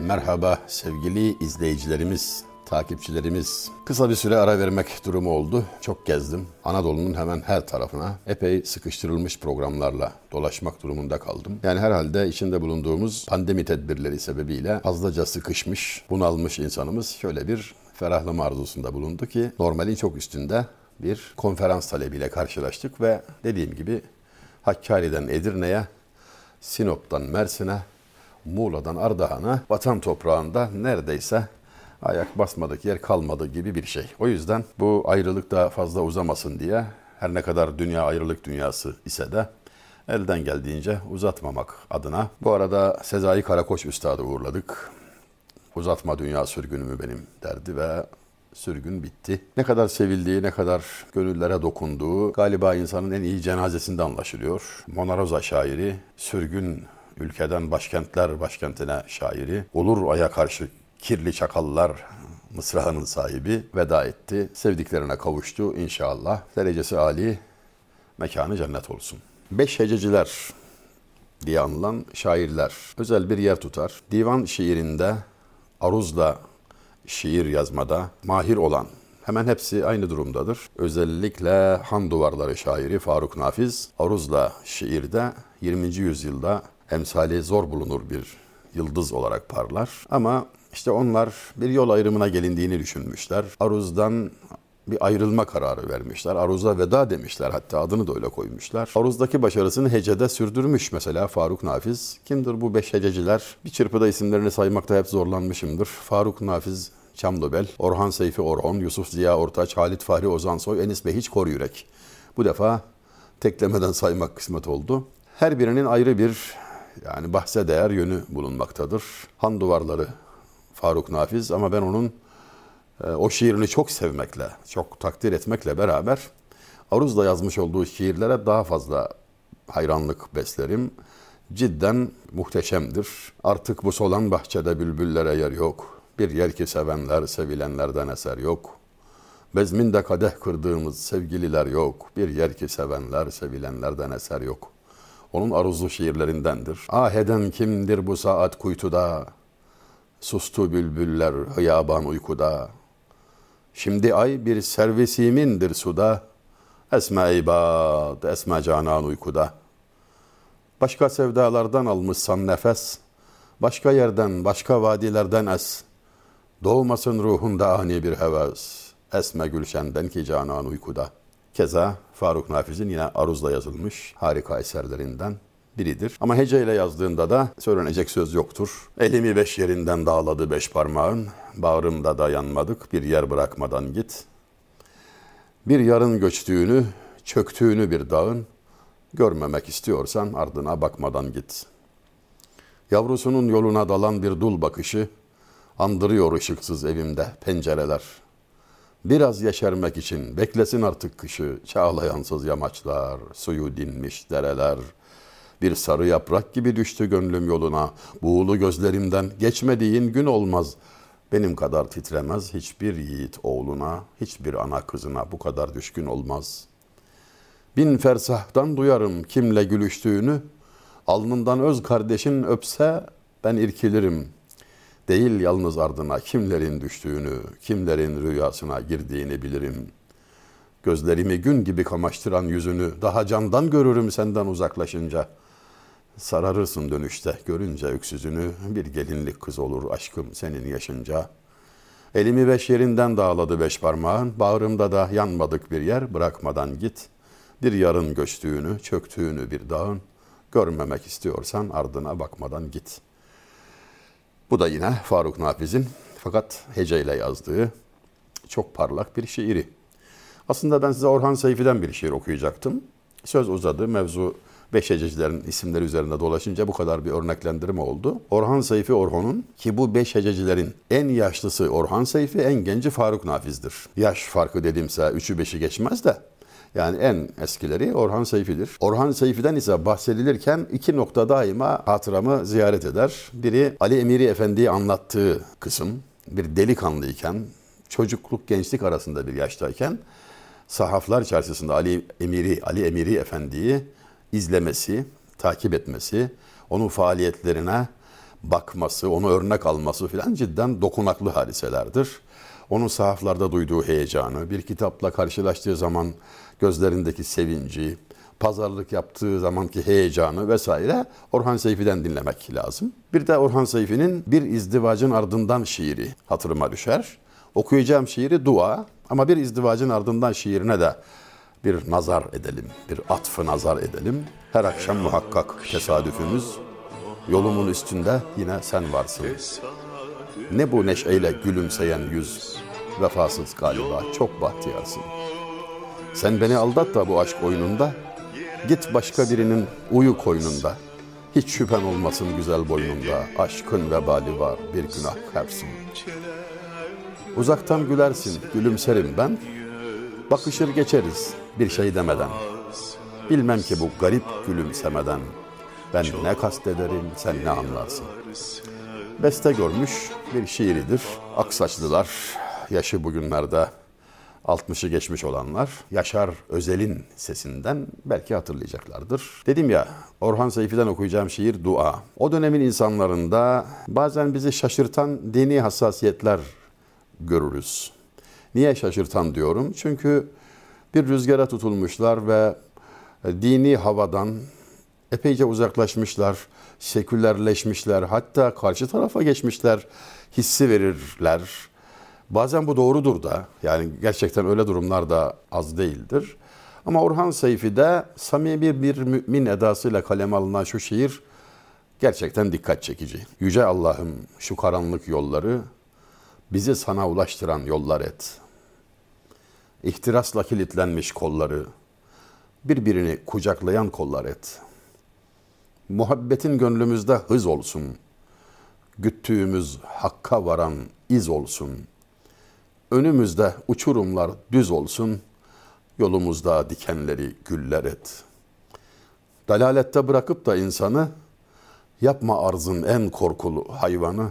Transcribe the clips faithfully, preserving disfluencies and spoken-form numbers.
Merhaba sevgili izleyicilerimiz, takipçilerimiz. Kısa bir süre ara vermek durumu oldu. Çok gezdim. Anadolu'nun hemen her tarafına epey sıkıştırılmış programlarla dolaşmak durumunda kaldım. Yani herhalde içinde bulunduğumuz pandemi tedbirleri sebebiyle fazlaca sıkışmış, bunalmış insanımız şöyle bir ferahlama arzusunda bulundu ki normalin çok üstünde bir konferans talebiyle karşılaştık ve dediğim gibi Hakkari'den Edirne'ye, Sinop'tan Mersin'e, Muğla'dan Ardahan'a, vatan toprağında neredeyse ayak basmadık yer kalmadı gibi bir şey. O yüzden bu ayrılık da fazla uzamasın diye her ne kadar dünya ayrılık dünyası ise de elden geldiğince uzatmamak adına. Bu arada Sezai Karakoç Üstad'ı uğurladık. Uzatma dünya sürgünü mü benim derdi ve sürgün bitti. Ne kadar sevildiği, ne kadar gönüllere dokunduğu galiba insanın en iyi cenazesinde anlaşılıyor. Mona Rosa şairi, sürgün ülkeden başkentler başkentine şairi, olur aya karşı kirli çakallar mısrağının sahibi veda etti. Sevdiklerine kavuştu inşallah. Derecesi âli, mekanı cennet olsun. Beş hececiler diye anılan şairler özel bir yer tutar. Divan şiirinde, aruzla şiir yazmada mahir olan hemen hepsi aynı durumdadır. Özellikle Han Duvarları şairi Faruk Nafiz, aruzla şiirde yirminci yüzyılda emsali zor bulunur bir yıldız olarak parlar. Ama işte onlar bir yol ayrımına gelindiğini düşünmüşler. Aruz'dan bir ayrılma kararı vermişler. Aruz'a veda demişler. Hatta adını da öyle koymuşlar. Aruz'daki başarısını hecede sürdürmüş mesela Faruk Nafiz. Kimdir bu beş hececiler? Bir çırpıda isimlerini saymakta hep zorlanmışımdır. Faruk Nafiz Çamlıbel, Orhan Seyfi Orhon, Yusuf Ziya Ortaç, Halit Fahri Ozansoy, Enis Behiç Koryürek. Bu defa teklemeden saymak kısmet oldu. Her birinin ayrı bir yani bahse değer yönü bulunmaktadır. Han Duvarları Faruk Nafiz ama ben onun e, o şiirini çok sevmekle, çok takdir etmekle beraber Aruz'da yazmış olduğu şiirlere daha fazla hayranlık beslerim. Cidden muhteşemdir. Artık bu solan bahçede bülbüllere yer yok. Bir yer ki sevenler, sevilenlerden eser yok. Bezminde kadeh kırdığımız sevgililer yok. Bir yer ki sevenler, sevilenlerden eser yok. Onun aruzlu şiirlerindendir. Ah eden kimdir bu saat kuytuda? Sustu bülbüller hıyaban uykuda. Şimdi ay bir servisimindir suda. Esme ibad, esme canan uykuda. Başka sevdalardan almışsan nefes. Başka yerden, başka vadilerden es. Doğmasın ruhunda ani bir heves. Esme gülşenden ki canan uykuda. Keza Faruk Nafiz'in yine aruzla yazılmış harika eserlerinden biridir. Ama heceyle yazdığında da söylenecek söz yoktur. Elimi beş yerinden dağladı beş parmağın, bağrımda dayanmadık bir yer bırakmadan git. Bir yarın göçtüğünü, çöktüğünü bir dağın, görmemek istiyorsan ardına bakmadan git. Yavrusunun yoluna dalan bir dul bakışı, andırıyor ışıksız evimde pencereler. Biraz yeşermek için beklesin artık kışı, çağlayansız yamaçlar, suyu dinmiş dereler. Bir sarı yaprak gibi düştü gönlüm yoluna, buğulu gözlerimden geçmediğin gün olmaz. Benim kadar titremez hiçbir yiğit oğluna, hiçbir ana kızına bu kadar düşkün olmaz. Bin fersahtan duyarım kimle gülüştüğünü, alnından öz kardeşin öpse ben irkilirim. Değil yalnız ardına kimlerin düştüğünü, kimlerin rüyasına girdiğini bilirim. Gözlerimi gün gibi kamaştıran yüzünü daha candan görürüm senden uzaklaşınca. Sararırsın dönüşte görünce öksüzünü, bir gelinlik kız olur aşkım senin yaşınca. Elimi beş yerinden dağladı beş parmağın, bağrımda da yanmadık bir yer bırakmadan git. Bir yarın göçtüğünü, çöktüğünü bir dağın, görmemek istiyorsan ardına bakmadan git. Bu da yine Faruk Nafiz'in fakat heceyle yazdığı çok parlak bir şiiri. Aslında ben size Orhan Seyfi'den bir şiir okuyacaktım. Söz uzadı, mevzu beş hececilerin isimleri üzerinde dolaşınca bu kadar bir örneklendirme oldu. Orhan Seyfi Orhon'un ki bu beş hececilerin en yaşlısı Orhan Seyfi, en genci Faruk Nafiz'dir. Yaş farkı dedimse üçü beşi geçmez de. Yani en eskileri Orhan Seyfi'dir. Orhan Seyfi'den ise bahsedilirken iki nokta daima hatıramı ziyaret eder. Biri Ali Emiri Efendi'yi anlattığı kısım. Bir delikanlıyken, çocukluk gençlik arasında bir yaştayken Sahaflar Çarşısı'nda Ali Emiri, Ali Emiri Efendi'yi izlemesi, takip etmesi, onun faaliyetlerine bakması, onu örnek alması filan cidden dokunaklı hadiselerdir. Onun sahaflarda duyduğu heyecanı, bir kitapla karşılaştığı zaman gözlerindeki sevinci, pazarlık yaptığı zamanki heyecanı vesaire Orhan Seyfi'den dinlemek lazım. Bir de Orhan Seyfi'nin Bir İzdivacın Ardından şiiri hatırıma düşer. Okuyacağım şiiri dua ama Bir İzdivacın Ardından şiirine de bir nazar edelim, bir atfı nazar edelim. Her akşam muhakkak tesadüfümüz, yolumun üstünde yine sen varsın. Ne bu neşeyle gülümseyen yüz, vefasız galiba çok bahtiyarsın. Sen beni aldat da bu aşk oyununda, git başka birinin uyu koynunda. Hiç şüphen olmasın güzel boynunda, aşkın vebali var bir günah hepsin. Uzaktan gülersin, gülümserim ben, bakışır geçeriz bir şey demeden. Bilmem ki bu garip gülümsemeden, ben ne kastederim sen ne anlarsın. Beste görmüş bir şiiridir. Aksaçlılar, yaşı bugünlerde altmışı geçmiş olanlar Yaşar Özel'in sesinden belki hatırlayacaklardır. Dedim ya, Orhan Seyfi'den okuyacağım şiir dua. O dönemin insanlarında bazen bizi şaşırtan dini hassasiyetler görürüz. Niye şaşırtan diyorum? Çünkü bir rüzgara tutulmuşlar ve dini havadan epeyce uzaklaşmışlar, sekülerleşmişler, hatta karşı tarafa geçmişler, hissi verirler. Bazen bu doğrudur da, yani gerçekten öyle durumlar da az değildir. Ama Orhan Seyfi'de samimi bir mümin edasıyla kaleme alınan şu şiir gerçekten dikkat çekici. Yüce Allah'ım şu karanlık yolları bizi sana ulaştıran yollar et. İhtirasla kilitlenmiş kolları birbirini kucaklayan kollar et. Muhabbetin gönlümüzde hız olsun. Güttüğümüz hakka varan iz olsun. Önümüzde uçurumlar düz olsun. Yolumuzda dikenleri güller et. Dalalette bırakıp da insanı, yapma arzın en korkulu hayvanı.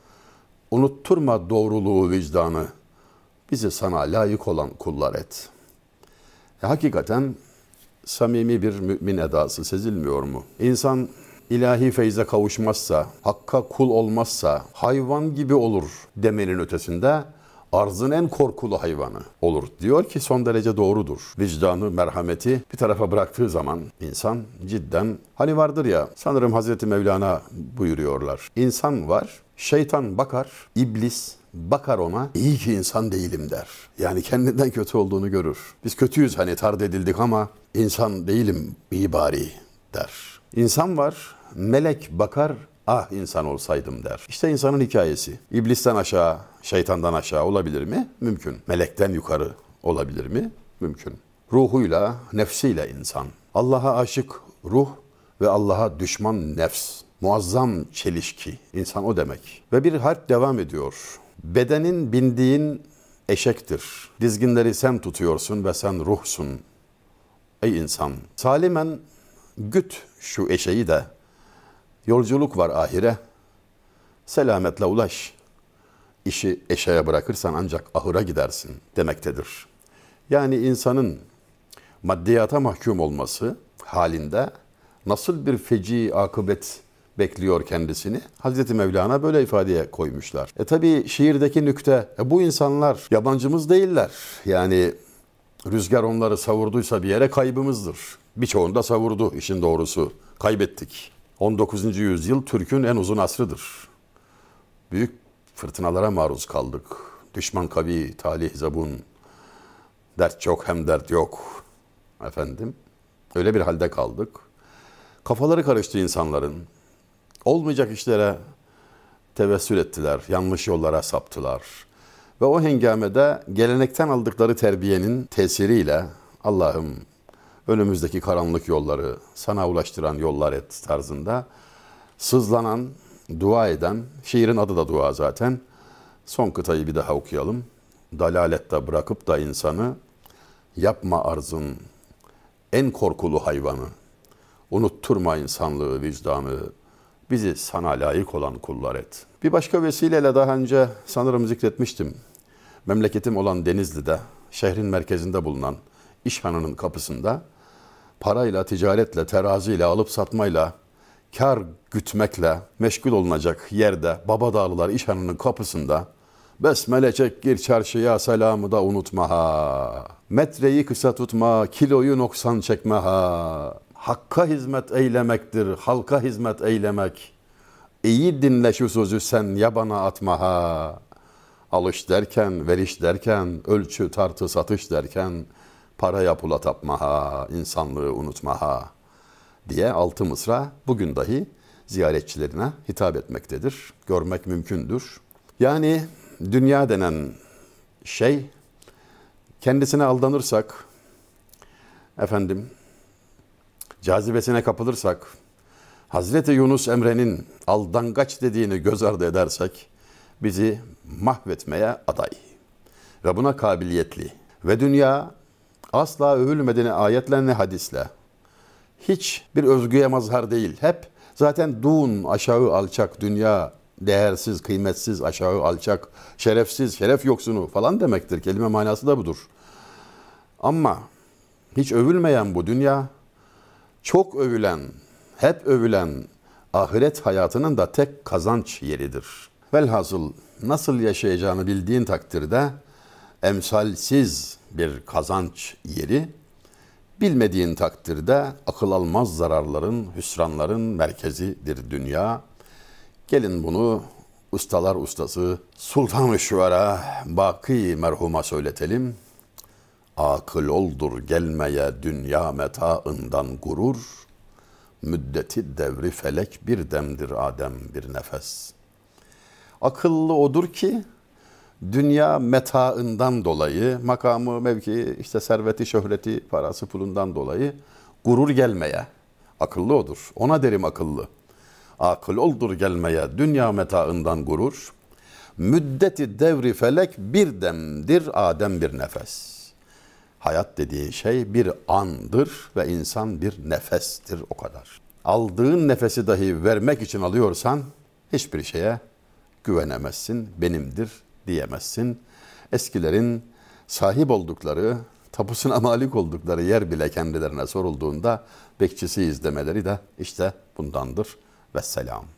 Unutturma doğruluğu vicdanı. Bizi sana layık olan kullar et. E, hakikaten samimi bir mümin edası sezilmiyor mu? İnsan ilahi feyze kavuşmazsa, hakka kul olmazsa hayvan gibi olur demenin ötesinde arzın en korkulu hayvanı olur. Diyor ki son derece doğrudur. Vicdanı, merhameti bir tarafa bıraktığı zaman insan cidden, hani vardır ya, sanırım Hazreti Mevlana buyuruyorlar. İnsan var, şeytan bakar, iblis bakar ona, iyi ki insan değilim der. Yani kendinden kötü olduğunu görür. Biz kötüyüz hani, tard edildik ama insan değilim iyi bari der. İnsan var, melek bakar, ah insan olsaydım der. İşte insanın hikayesi. İblisten aşağı, şeytandan aşağı olabilir mi? Mümkün. Melekten yukarı olabilir mi? Mümkün. Ruhuyla, nefsiyle insan. Allah'a aşık ruh ve Allah'a düşman nefs. Muazzam çelişki. İnsan o demek. Ve bir harp devam ediyor. Bedenin bindiğin eşektir. Dizginleri sen tutuyorsun ve sen ruhsun. Ey insan! Salimen güt şu eşeği de. Yolculuk var ahire. Selametle ulaş. İşi eşeğe bırakırsan ancak ahıra gidersin demektedir. Yani insanın maddiyata mahkum olması halinde nasıl bir feci akıbet bekliyor kendisini? Hazreti Mevlana böyle ifadeye koymuşlar. E tabi şiirdeki nükte, e bu insanlar yabancımız değiller. Yani rüzgar onları savurduysa bir yere kaybımızdır. Birçoğunu da savurdu işin doğrusu. Kaybettik. on dokuzuncu yüzyıl Türk'ün en uzun asrıdır. Büyük fırtınalara maruz kaldık. Düşman kavi, talih zabun, dert çok hem dert yok. Efendim, öyle bir halde kaldık. Kafaları karıştı insanların. Olmayacak işlere tevessül ettiler, yanlış yollara saptılar. Ve o hengamede gelenekten aldıkları terbiyenin tesiriyle Allah'ım önümüzdeki karanlık yolları sana ulaştıran yollar et tarzında sızlanan, dua eden, şiirin adı da dua zaten. Son kıtayı bir daha okuyalım. Dalalette bırakıp da insanı, yapma arzın en korkulu hayvanı. Unutturma insanlığı, vicdanı, bizi sana layık olan kullar et. Bir başka vesileyle daha önce sanırım zikretmiştim. Memleketim olan Denizli'de, şehrin merkezinde bulunan İşhanı'nın kapısında parayla, ticaretle, teraziyle, alıp satmayla kar gütmekle meşgul olunacak yerde Babadağlılar İşhanı'nın kapısında besmele çek gir çarşıya selamı da unutma ha. Metreyi kısa tutma, kiloyu noksan çekme ha. Hakka hizmet eylemektir, halka hizmet eylemek. İyi dinle şu sözü sen yabana atma ha. Alış derken, veriş derken, ölçü tartı satış derken, paraya pula tapma ha, insanlığı unutma ha diye altı mısra bugün dahi ziyaretçilerine hitap etmektedir. Görmek mümkündür. Yani dünya denen şey, kendisine aldanırsak, efendim, cazibesine kapılırsak, Hazreti Yunus Emre'nin aldangaç dediğini göz ardı edersek, bizi mahvetmeye aday ve buna kabiliyetli ve dünya asla övülmediğini ayetle ne hadisle, hiç bir övgüye mazhar değil, hep zaten dun, aşağı alçak, dünya değersiz, kıymetsiz, aşağı alçak, şerefsiz, şeref yoksunu falan demektir. Kelime manası da budur. Ama hiç övülmeyen bu dünya, çok övülen, hep övülen ahiret hayatının da tek kazanç yeridir. Velhasıl nasıl yaşayacağını bildiğin takdirde emsalsiz bir kazanç yeri, bilmediğin takdirde akıl almaz zararların, hüsranların merkezidir dünya. Gelin bunu ustalar ustası Sultan-ı Şuara Baki merhuma söyletelim. Akıl oldur gelmeye dünya metaından gurur, müddeti devri felek bir demdir Adem bir nefes. Akıllı odur ki dünya metaından dolayı, makamı, mevki, işte serveti, şöhreti, parası, pulundan dolayı gurur gelmeye. Akıllı odur. Ona derim akıllı. Akıl oldur gelmeye dünya metaından gurur. Müddeti devri felek bir demdir Adem bir nefes. Hayat dediğin şey bir andır ve insan bir nefestir, o kadar. Aldığın nefesi dahi vermek için alıyorsan hiçbir şeye güvenemezsin, benimdir diyemezsin. Eskilerin sahip oldukları, tapusuna malik oldukları yer bile kendilerine sorulduğunda bekçisiyiz demeleri de işte bundandır. Vesselam.